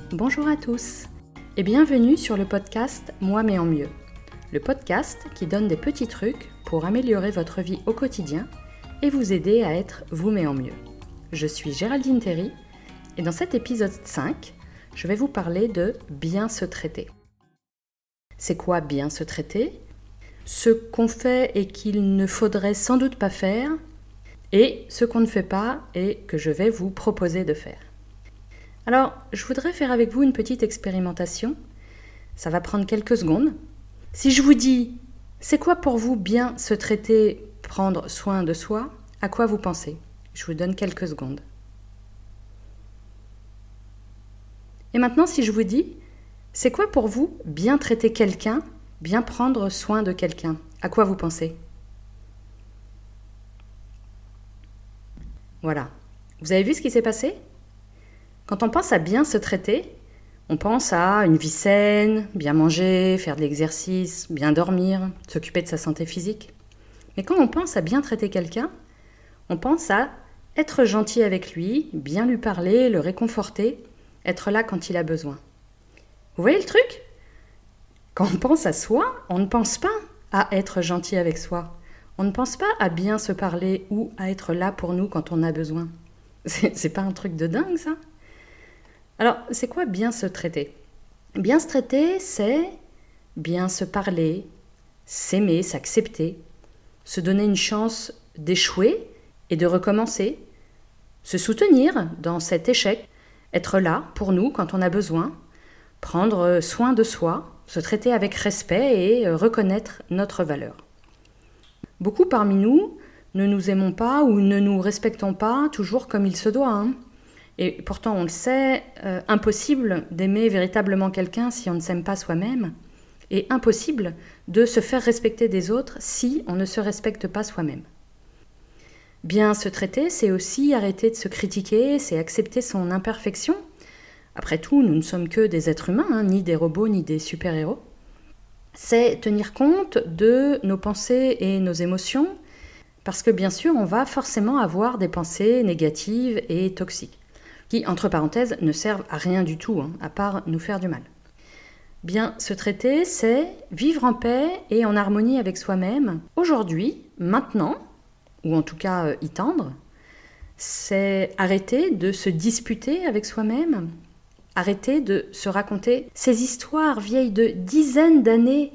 Bonjour à tous et bienvenue sur le podcast Moi mais en mieux. Le podcast qui donne des petits trucs pour améliorer votre vie au quotidien et vous aider à être vous mais en mieux. Je suis Géraldine Terry et dans cet épisode 5, je vais vous parler de bien se traiter. C'est quoi bien se traiter ? Ce qu'on fait et qu'il ne faudrait sans doute pas faire et ce qu'on ne fait pas et que je vais vous proposer de faire. Alors, je voudrais faire avec vous une petite expérimentation. Ça va prendre quelques secondes. Si je vous dis, c'est quoi pour vous bien se traiter, prendre soin de soi, à quoi vous pensez ? Je vous donne quelques secondes. Et maintenant, si je vous dis, c'est quoi pour vous bien traiter quelqu'un, bien prendre soin de quelqu'un, à quoi vous pensez ? Voilà. Vous avez vu ce qui s'est passé ? Quand on pense à bien se traiter, on pense à une vie saine, bien manger, faire de l'exercice, bien dormir, s'occuper de sa santé physique. Mais quand on pense à bien traiter quelqu'un, on pense à être gentil avec lui, bien lui parler, le réconforter, être là quand il a besoin. Vous voyez le truc ? Quand on pense à soi, on ne pense pas à être gentil avec soi. On ne pense pas à bien se parler ou à être là pour nous quand on a besoin. C'est pas un truc de dingue, ça ? Alors, c'est quoi bien se traiter ? Bien se traiter, c'est bien se parler, s'aimer, s'accepter, se donner une chance d'échouer et de recommencer, se soutenir dans cet échec, être là pour nous quand on a besoin, prendre soin de soi, se traiter avec respect et reconnaître notre valeur. Beaucoup parmi nous ne nous aimons pas ou ne nous respectons pas toujours comme il se doit. Et pourtant, on le sait, impossible d'aimer véritablement quelqu'un si on ne s'aime pas soi-même. Et impossible de se faire respecter des autres si on ne se respecte pas soi-même. Bien se traiter, c'est aussi arrêter de se critiquer, c'est accepter son imperfection. Après tout, nous ne sommes que des êtres humains, ni des robots, ni des super-héros. C'est tenir compte de nos pensées et nos émotions, parce que bien sûr, on va forcément avoir des pensées négatives et toxiques, qui, entre parenthèses, ne servent à rien du tout, à part nous faire du mal. Bien se traiter, c'est vivre en paix et en harmonie avec soi-même, aujourd'hui, maintenant, ou en tout cas y tendre. C'est arrêter de se disputer avec soi-même, arrêter de se raconter ces histoires vieilles de dizaines d'années.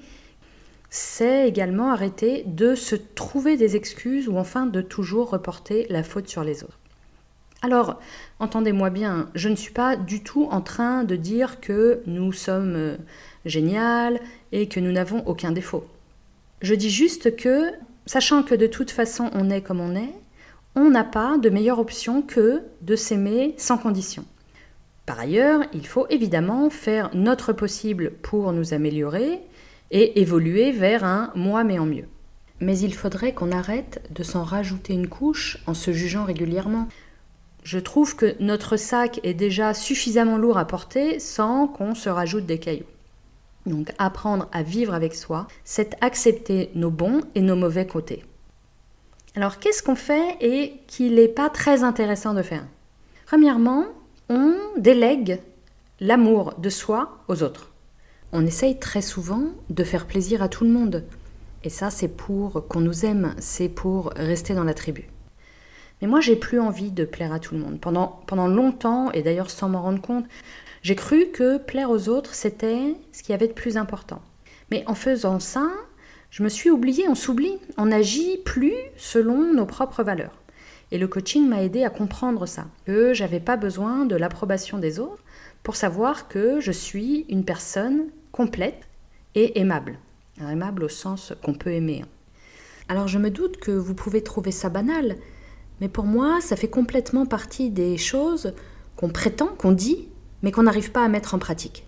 C'est également arrêter de se trouver des excuses ou enfin de toujours reporter la faute sur les autres. Alors, entendez-moi bien, je ne suis pas du tout en train de dire que nous sommes géniales et que nous n'avons aucun défaut. Je dis juste que, sachant que de toute façon on est comme on n'a pas de meilleure option que de s'aimer sans condition. Par ailleurs, il faut évidemment faire notre possible pour nous améliorer et évoluer vers un moi mais en mieux. Mais il faudrait qu'on arrête de s'en rajouter une couche en se jugeant régulièrement. Je trouve que notre sac est déjà suffisamment lourd à porter sans qu'on se rajoute des cailloux. Donc apprendre à vivre avec soi, c'est accepter nos bons et nos mauvais côtés. Alors qu'est-ce qu'on fait et qu'il n'est pas très intéressant de faire ? Premièrement, on délègue l'amour de soi aux autres. On essaye très souvent de faire plaisir à tout le monde. Et ça, c'est pour qu'on nous aime, c'est pour rester dans la tribu. Mais moi, j'ai plus envie de plaire à tout le monde. Pendant longtemps, et d'ailleurs sans m'en rendre compte, j'ai cru que plaire aux autres, c'était ce qu'il y avait de plus important. Mais en faisant ça, je me suis oubliée, on s'oublie, on n'agit plus selon nos propres valeurs. Et le coaching m'a aidé à comprendre ça, que j'avais pas besoin de l'approbation des autres pour savoir que je suis une personne complète et aimable. Aimable au sens qu'on peut aimer. Alors je me doute que vous pouvez trouver ça banal, mais pour moi, ça fait complètement partie des choses qu'on prétend, qu'on dit, mais qu'on n'arrive pas à mettre en pratique.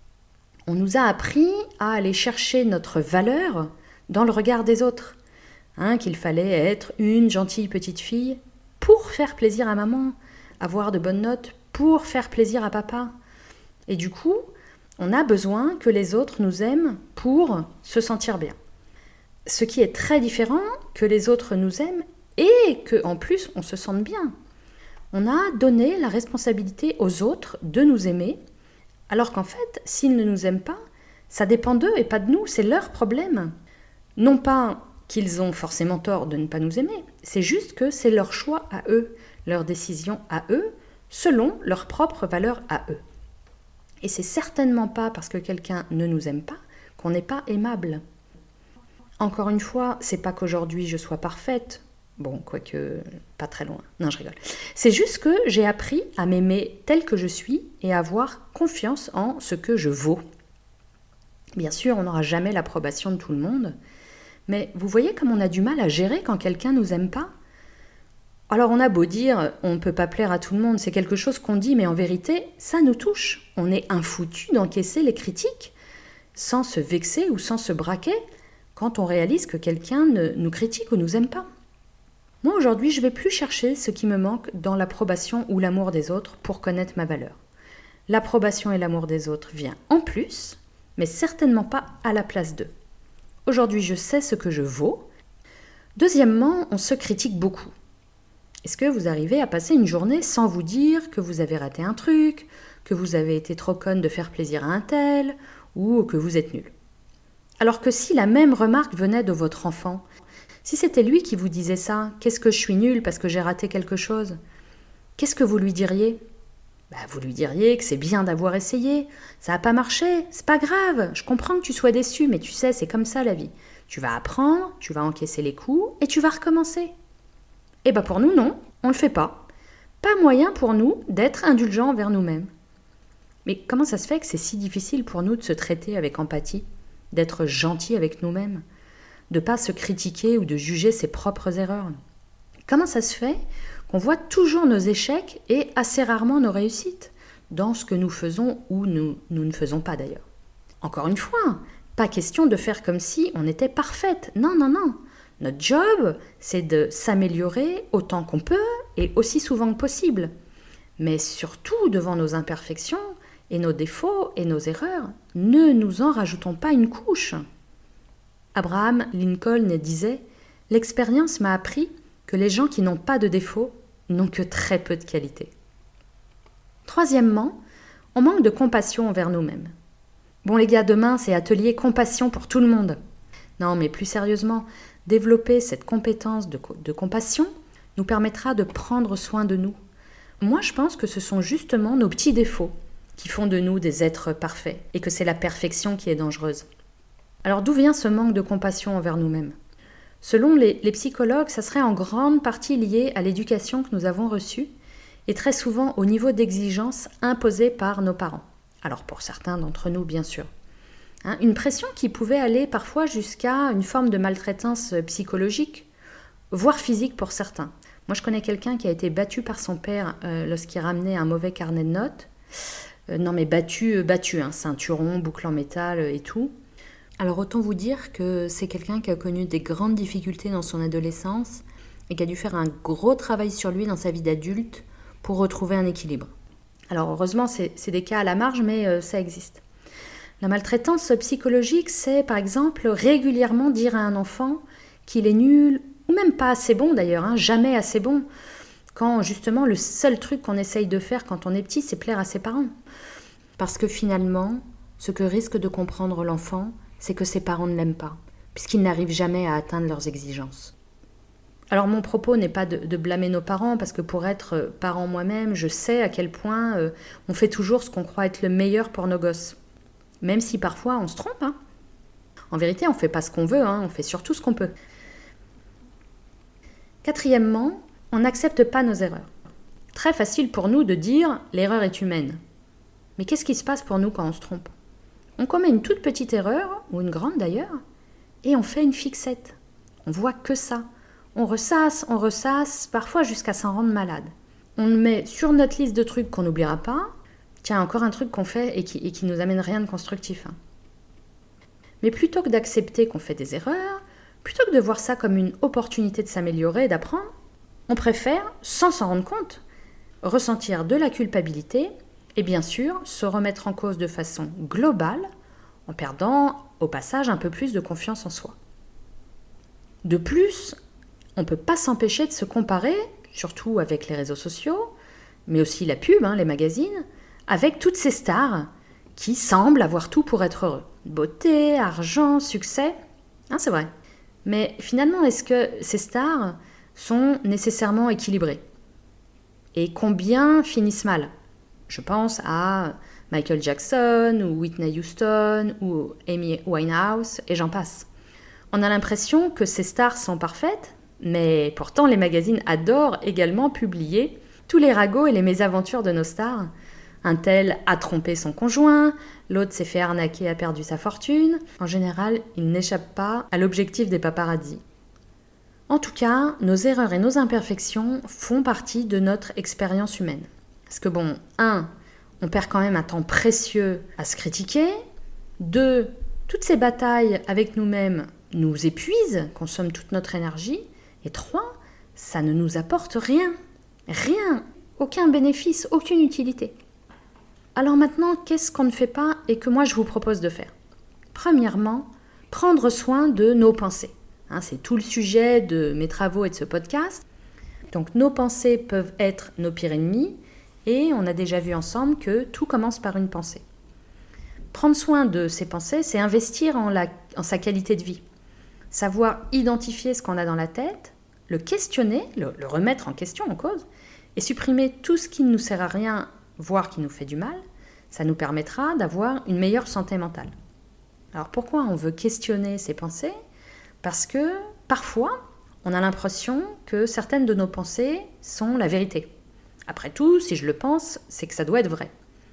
On nous a appris à aller chercher notre valeur dans le regard des autres, qu'il fallait être une gentille petite fille pour faire plaisir à maman, avoir de bonnes notes pour faire plaisir à papa. Et du coup, on a besoin que les autres nous aiment pour se sentir bien. Ce qui est très différent que les autres nous aiment et qu'en plus on se sente bien. On a donné la responsabilité aux autres de nous aimer Alors qu'en fait, s'ils ne nous aiment pas, ça dépend d'eux et pas de nous, c'est leur problème. Non pas qu'ils ont forcément tort de ne pas nous aimer, c'est juste que c'est leur choix à eux, leur décision à eux, selon leurs propres valeurs à eux. Et c'est certainement pas parce que quelqu'un ne nous aime pas qu'on n'est pas aimable. Encore une fois, c'est pas qu'aujourd'hui je sois parfaite, bon, quoique pas très loin, non je rigole. C'est juste que j'ai appris à m'aimer telle que je suis et à avoir confiance en ce que je vaux. Bien sûr, on n'aura jamais l'approbation de tout le monde, mais vous voyez comme on a du mal à gérer quand quelqu'un ne nous aime pas ? Alors on a beau dire, on ne peut pas plaire à tout le monde, c'est quelque chose qu'on dit, mais en vérité, ça nous touche. On est infoutu d'encaisser les critiques, sans se vexer ou sans se braquer, quand on réalise que quelqu'un nous critique ou nous aime pas. Moi aujourd'hui, je ne vais plus chercher ce qui me manque dans l'approbation ou l'amour des autres pour connaître ma valeur. L'approbation et l'amour des autres vient en plus, mais certainement pas à la place d'eux. Aujourd'hui, je sais ce que je vaux. Deuxièmement, on se critique beaucoup. Est-ce que vous arrivez à passer une journée sans vous dire que vous avez raté un truc, que vous avez été trop conne de faire plaisir à un tel, ou que vous êtes nul ? Alors que si la même remarque venait de votre enfant, si c'était lui qui vous disait ça, qu'est-ce que je suis nul parce que j'ai raté quelque chose ? Qu'est-ce que vous lui diriez ? Vous lui diriez que c'est bien d'avoir essayé, ça n'a pas marché, c'est pas grave, je comprends que tu sois déçu, mais tu sais, c'est comme ça la vie. Tu vas apprendre, tu vas encaisser les coups et tu vas recommencer. Et pour nous, non, on ne le fait pas. Pas moyen pour nous d'être indulgents envers nous-mêmes. Mais comment ça se fait que c'est si difficile pour nous de se traiter avec empathie, d'être gentil avec nous-mêmes, de ne pas se critiquer ou de juger ses propres erreurs ? Comment ça se fait qu'on voit toujours nos échecs et assez rarement nos réussites, dans ce que nous faisons ou nous ne faisons pas d'ailleurs ? Encore une fois, pas question de faire comme si on était parfaite. Non, non, non. Notre job, c'est de s'améliorer autant qu'on peut et aussi souvent que possible. Mais surtout, devant nos imperfections et nos défauts et nos erreurs, ne nous en rajoutons pas une couche. Abraham Lincoln disait « L'expérience m'a appris que les gens qui n'ont pas de défauts n'ont que très peu de qualités. » Troisièmement, on manque de compassion envers nous-mêmes. Bon les gars, demain c'est atelier compassion pour tout le monde. Non mais plus sérieusement, développer cette compétence de compassion nous permettra de prendre soin de nous. Moi je pense que ce sont justement nos petits défauts qui font de nous des êtres parfaits et que c'est la perfection qui est dangereuse. Alors d'où vient ce manque de compassion envers nous-mêmes ? Selon les psychologues, ça serait en grande partie lié à l'éducation que nous avons reçue et très souvent au niveau d'exigence imposé par nos parents. Alors pour certains d'entre nous, bien sûr. Une pression qui pouvait aller parfois jusqu'à une forme de maltraitance psychologique, voire physique pour certains. Moi, je connais quelqu'un qui a été battu par son père lorsqu'il ramenait un mauvais carnet de notes. Non mais battu, ceinturon, boucle en métal et tout. Alors autant vous dire que c'est quelqu'un qui a connu des grandes difficultés dans son adolescence et qui a dû faire un gros travail sur lui dans sa vie d'adulte pour retrouver un équilibre. Alors heureusement, c'est des cas à la marge, mais ça existe. La maltraitance psychologique, c'est par exemple régulièrement dire à un enfant qu'il est nul, ou même pas assez bon d'ailleurs, jamais assez bon, quand justement le seul truc qu'on essaye de faire quand on est petit, c'est plaire à ses parents. Parce que finalement, ce que risque de comprendre l'enfant, c'est que ses parents ne l'aiment pas, puisqu'ils n'arrivent jamais à atteindre leurs exigences. Alors mon propos n'est pas de blâmer nos parents, parce que pour être parent moi-même, je sais à quel point on fait toujours ce qu'on croit être le meilleur pour nos gosses. Même si parfois on se trompe. En vérité, on ne fait pas ce qu'on veut, on fait surtout ce qu'on peut. Quatrièmement, on n'accepte pas nos erreurs. Très facile pour nous de dire « l'erreur est humaine ». Mais qu'est-ce qui se passe pour nous quand on se trompe ? On commet une toute petite erreur, ou une grande d'ailleurs, et on fait une fixette. On voit que ça. On ressasse, parfois jusqu'à s'en rendre malade. On le met sur notre liste de trucs qu'on n'oubliera pas. Tiens, encore un truc qu'on fait et qui nous amène rien de constructif. Mais plutôt que d'accepter qu'on fait des erreurs, plutôt que de voir ça comme une opportunité de s'améliorer et d'apprendre, on préfère, sans s'en rendre compte, ressentir de la culpabilité et bien sûr se remettre en cause de façon globale en perdant au passage un peu plus de confiance en soi. De plus, on ne peut pas s'empêcher de se comparer, surtout avec les réseaux sociaux, mais aussi la pub, les magazines, avec toutes ces stars qui semblent avoir tout pour être heureux. Beauté, argent, succès. C'est vrai. Mais finalement, est-ce que ces stars sont nécessairement équilibrées? Et combien finissent mal? Je pense à Michael Jackson, ou Whitney Houston, ou Amy Winehouse, et j'en passe. On a l'impression que ces stars sont parfaites, mais pourtant les magazines adorent également publier tous les ragots et les mésaventures de nos stars. Un tel a trompé son conjoint, l'autre s'est fait arnaquer, a perdu sa fortune. En général, il n'échappe pas à l'objectif des paparazzis. En tout cas, nos erreurs et nos imperfections font partie de notre expérience humaine. Parce que on perd quand même un temps précieux à se critiquer. 2, toutes ces batailles avec nous-mêmes nous épuisent, consomment toute notre énergie. Et 3, ça ne nous apporte rien. Rien, aucun bénéfice, aucune utilité. Alors maintenant, qu'est-ce qu'on ne fait pas et que moi je vous propose de faire? Premièrement, prendre soin de nos pensées. C'est tout le sujet de mes travaux et de ce podcast. Donc nos pensées peuvent être nos pires ennemis et on a déjà vu ensemble que tout commence par une pensée. Prendre soin de ses pensées, c'est investir en sa qualité de vie. Savoir identifier ce qu'on a dans la tête, le questionner, le remettre en question, en cause, et supprimer tout ce qui ne nous sert à rien, voire qui nous fait du mal, ça nous permettra d'avoir une meilleure santé mentale. Alors pourquoi on veut questionner ses pensées? Parce que parfois, on a l'impression que certaines de nos pensées sont la vérité. Après tout, si je le pense, c'est que ça doit être vrai.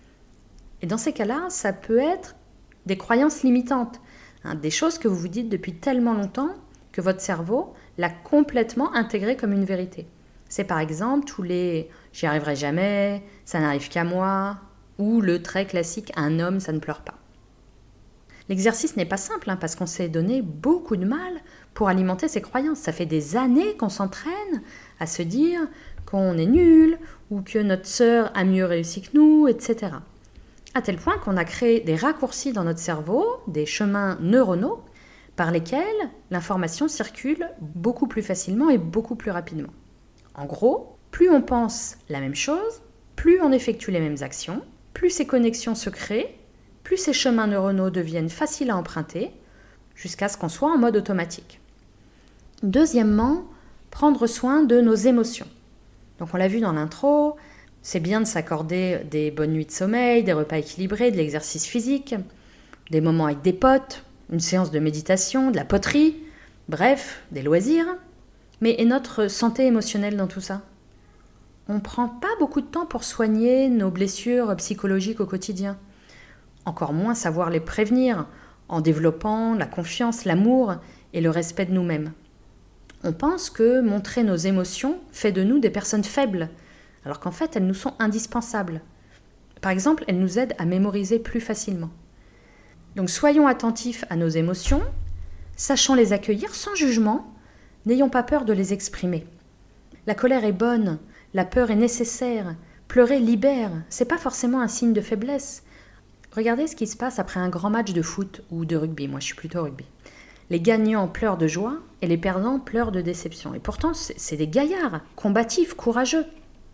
Et dans ces cas-là, ça peut être des croyances limitantes, des choses que vous vous dites depuis tellement longtemps que votre cerveau l'a complètement intégré comme une vérité. C'est par exemple tous les « j'y arriverai jamais »,« ça n'arrive qu'à moi » ou le très classique « un homme, ça ne pleure pas ». L'exercice n'est pas simple parce qu'on s'est donné beaucoup de mal pour alimenter ces croyances. Ça fait des années qu'on s'entraîne à se dire qu'on est nul ou que notre sœur a mieux réussi que nous, etc. À tel point qu'on a créé des raccourcis dans notre cerveau, des chemins neuronaux par lesquels l'information circule beaucoup plus facilement et beaucoup plus rapidement. En gros, plus on pense la même chose, plus on effectue les mêmes actions, plus ces connexions se créent, plus ces chemins neuronaux deviennent faciles à emprunter, jusqu'à ce qu'on soit en mode automatique. Deuxièmement, prendre soin de nos émotions. Donc on l'a vu dans l'intro, c'est bien de s'accorder des bonnes nuits de sommeil, des repas équilibrés, de l'exercice physique, des moments avec des potes, une séance de méditation, de la poterie, bref, des loisirs. Mais et notre santé émotionnelle dans tout ça? On ne prend pas beaucoup de temps pour soigner nos blessures psychologiques au quotidien. Encore moins savoir les prévenir en développant la confiance, l'amour et le respect de nous-mêmes. On pense que montrer nos émotions fait de nous des personnes faibles, alors qu'en fait elles nous sont indispensables. Par exemple, elles nous aident à mémoriser plus facilement. Donc soyons attentifs à nos émotions, sachons les accueillir sans jugement, n'ayons pas peur de les exprimer. La colère est bonne, la peur est nécessaire, pleurer libère, c'est pas forcément un signe de faiblesse. Regardez ce qui se passe après un grand match de foot ou de rugby. Moi, je suis plutôt rugby. Les gagnants pleurent de joie et les perdants pleurent de déception. Et pourtant, c'est des gaillards, combatifs, courageux.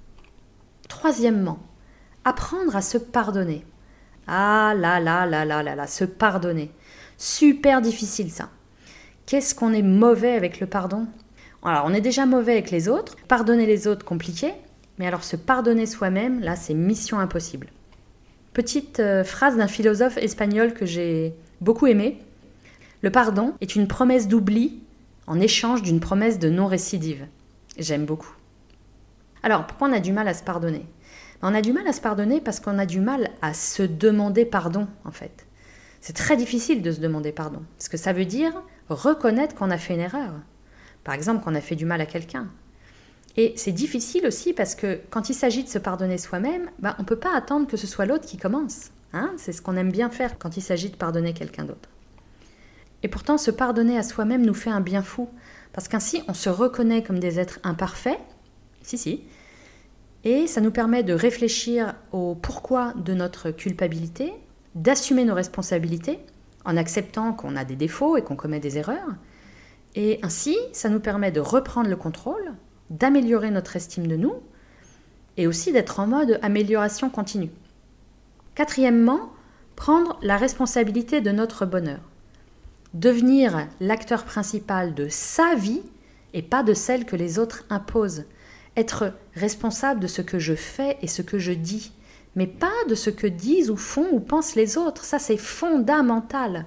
Troisièmement, apprendre à se pardonner. Ah là là là là là là, se pardonner. Super difficile ça. Qu'est-ce qu'on est mauvais avec le pardon? Alors, on est déjà mauvais avec les autres. Pardonner les autres, compliqué. Mais alors, se pardonner soi-même, là, c'est mission impossible. Petite phrase d'un philosophe espagnol que j'ai beaucoup aimé. Le pardon est une promesse d'oubli en échange d'une promesse de non-récidive. J'aime beaucoup. Alors, pourquoi on a du mal à se pardonner? On a du mal à se pardonner parce qu'on a du mal à se demander pardon, en fait. C'est très difficile de se demander pardon, parce que ça veut dire reconnaître qu'on a fait une erreur. Par exemple, qu'on a fait du mal à quelqu'un. Et c'est difficile aussi parce que quand il s'agit de se pardonner soi-même, on ne peut pas attendre que ce soit l'autre qui commence. C'est ce qu'on aime bien faire quand il s'agit de pardonner quelqu'un d'autre. Et pourtant, se pardonner à soi-même nous fait un bien fou, parce qu'ainsi, on se reconnaît comme des êtres imparfaits, et ça nous permet de réfléchir au pourquoi de notre culpabilité, d'assumer nos responsabilités, en acceptant qu'on a des défauts et qu'on commet des erreurs, et ainsi, ça nous permet de reprendre le contrôle, d'améliorer notre estime de nous, et aussi d'être en mode amélioration continue. Quatrièmement, Prendre la responsabilité de notre bonheur. Devenir l'acteur principal de sa vie et pas de celle que les autres imposent. Être responsable de ce que je fais et ce que je dis, mais pas de ce que disent ou font ou pensent les autres. Ça, c'est fondamental.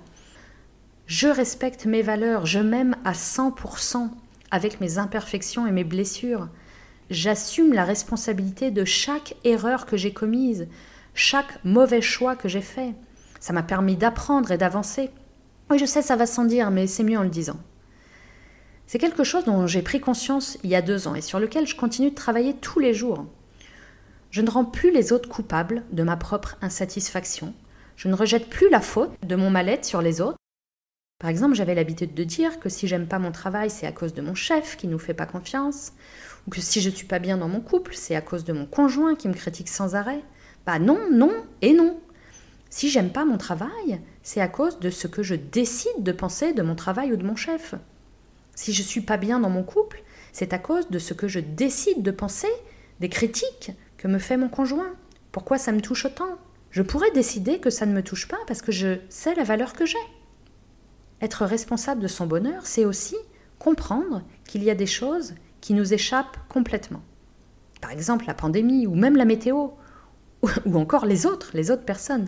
Je respecte mes valeurs, je m'aime à 100% avec mes imperfections et mes blessures. J'assume la responsabilité de chaque erreur que j'ai commise, chaque mauvais choix que j'ai fait. Ça m'a permis d'apprendre et d'avancer. Oui, je sais, ça va sans dire, mais c'est mieux en le disant. C'est quelque chose dont j'ai pris conscience il y a 2 ans et sur lequel je continue de travailler tous les jours. Je ne rends plus les autres coupables de ma propre insatisfaction. Je ne rejette plus la faute de mon mal-être sur les autres. Par exemple, j'avais l'habitude de dire que si j'aime pas mon travail, c'est à cause de mon chef qui ne nous fait pas confiance, ou que si je suis pas bien dans mon couple, c'est à cause de mon conjoint qui me critique sans arrêt. Bah non, non et non. Si j'aime pas mon travail, c'est à cause de ce que je décide de penser de mon travail ou de mon chef. Si je suis pas bien dans mon couple, c'est à cause de ce que je décide de penser des critiques que me fait mon conjoint. Pourquoi ça me touche autant ? Je pourrais décider que ça ne me touche pas parce que je sais la valeur que j'ai. Être responsable de son bonheur, c'est aussi comprendre qu'il y a des choses qui nous échappent complètement. Par exemple, la pandémie ou même la météo, ou encore les autres personnes.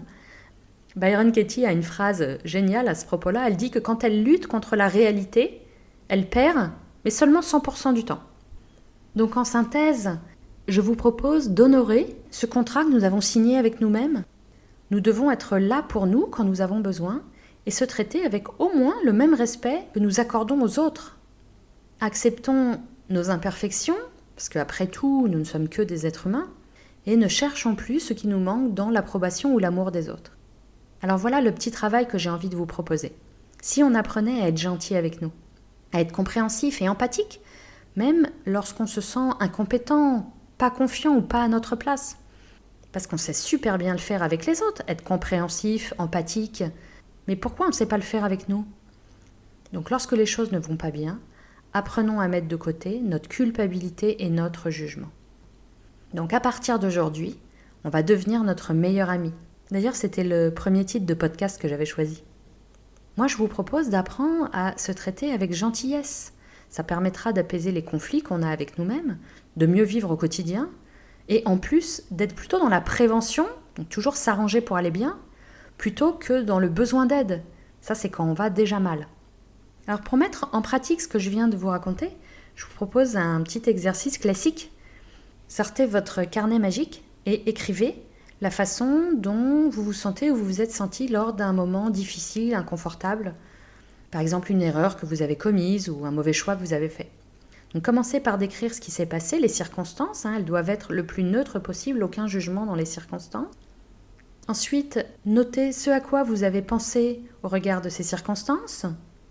Byron Katie a une phrase géniale à ce propos-là. Elle dit que quand elle lutte contre la réalité, elle perd, mais seulement 100% du temps. Donc en synthèse, je vous propose d'honorer ce contrat que nous avons signé avec nous-mêmes. Nous devons être là pour nous quand nous avons besoin et se traiter avec au moins le même respect que nous accordons aux autres. Acceptons nos imperfections, parce qu'après tout, nous ne sommes que des êtres humains, et ne cherchons plus ce qui nous manque dans l'approbation ou l'amour des autres. Alors voilà le petit travail que j'ai envie de vous proposer. Si on apprenait à être gentil avec nous, à être compréhensif et empathique, même lorsqu'on se sent incompétent, pas confiant ou pas à notre place. Parce qu'on sait super bien le faire avec les autres, être compréhensif, empathique. Mais pourquoi on ne sait pas le faire avec nous ? Donc lorsque les choses ne vont pas bien, apprenons à mettre de côté notre culpabilité et notre jugement. Donc à partir d'aujourd'hui, on va devenir notre meilleur ami. D'ailleurs, c'était le premier titre de podcast que j'avais choisi. Moi, je vous propose d'apprendre à se traiter avec gentillesse. Ça permettra d'apaiser les conflits qu'on a avec nous-mêmes, de mieux vivre au quotidien, et en plus d'être plutôt dans la prévention, donc toujours s'arranger pour aller bien, plutôt que dans le besoin d'aide. Ça, c'est quand on va déjà mal. Alors pour mettre en pratique ce que je viens de vous raconter, je vous propose un petit exercice classique. Sortez votre carnet magique et écrivez la façon dont vous vous sentez ou vous vous êtes senti lors d'un moment difficile, inconfortable. Par exemple, une erreur que vous avez commise ou un mauvais choix que vous avez fait. Donc commencez par décrire ce qui s'est passé, les circonstances. Elles doivent être le plus neutres possible, aucun jugement dans les circonstances. Ensuite, notez ce à quoi vous avez pensé au regard de ces circonstances.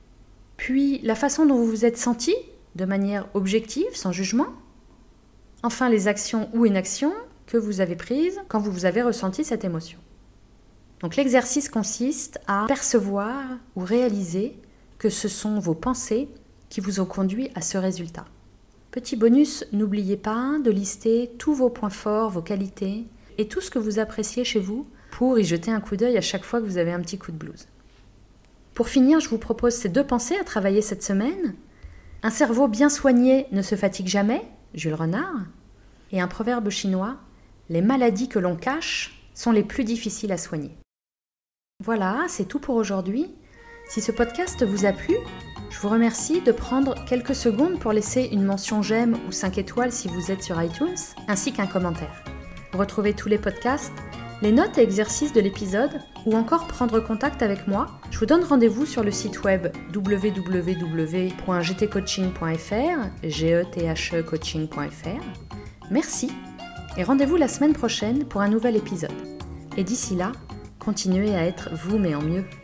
Puis la façon dont vous vous êtes senti, de manière objective, sans jugement. Enfin, les actions ou inactions que vous avez prises quand vous avez ressenti cette émotion. Donc l'exercice consiste à percevoir ou réaliser que ce sont vos pensées qui vous ont conduit à ce résultat. Petit bonus, n'oubliez pas de lister tous vos points forts, vos qualités et tout ce que vous appréciez chez vous pour y jeter un coup d'œil à chaque fois que vous avez un petit coup de blues. Pour finir, je vous propose ces 2 pensées à travailler cette semaine. Un cerveau bien soigné ne se fatigue jamais, Jules Renard. Et un proverbe chinois, les maladies que l'on cache sont les plus difficiles à soigner. Voilà, c'est tout pour aujourd'hui. Si ce podcast vous a plu, je vous remercie de prendre quelques secondes pour laisser une mention j'aime ou 5 étoiles si vous êtes sur iTunes, ainsi qu'un commentaire. Pour retrouver tous les podcasts, les notes et exercices de l'épisode, ou encore prendre contact avec moi, je vous donne rendez-vous sur le site web www.gtcoaching.fr, coaching.fr. Merci et rendez-vous la semaine prochaine pour un nouvel épisode. Et d'ici là, continuez à être vous mais en mieux.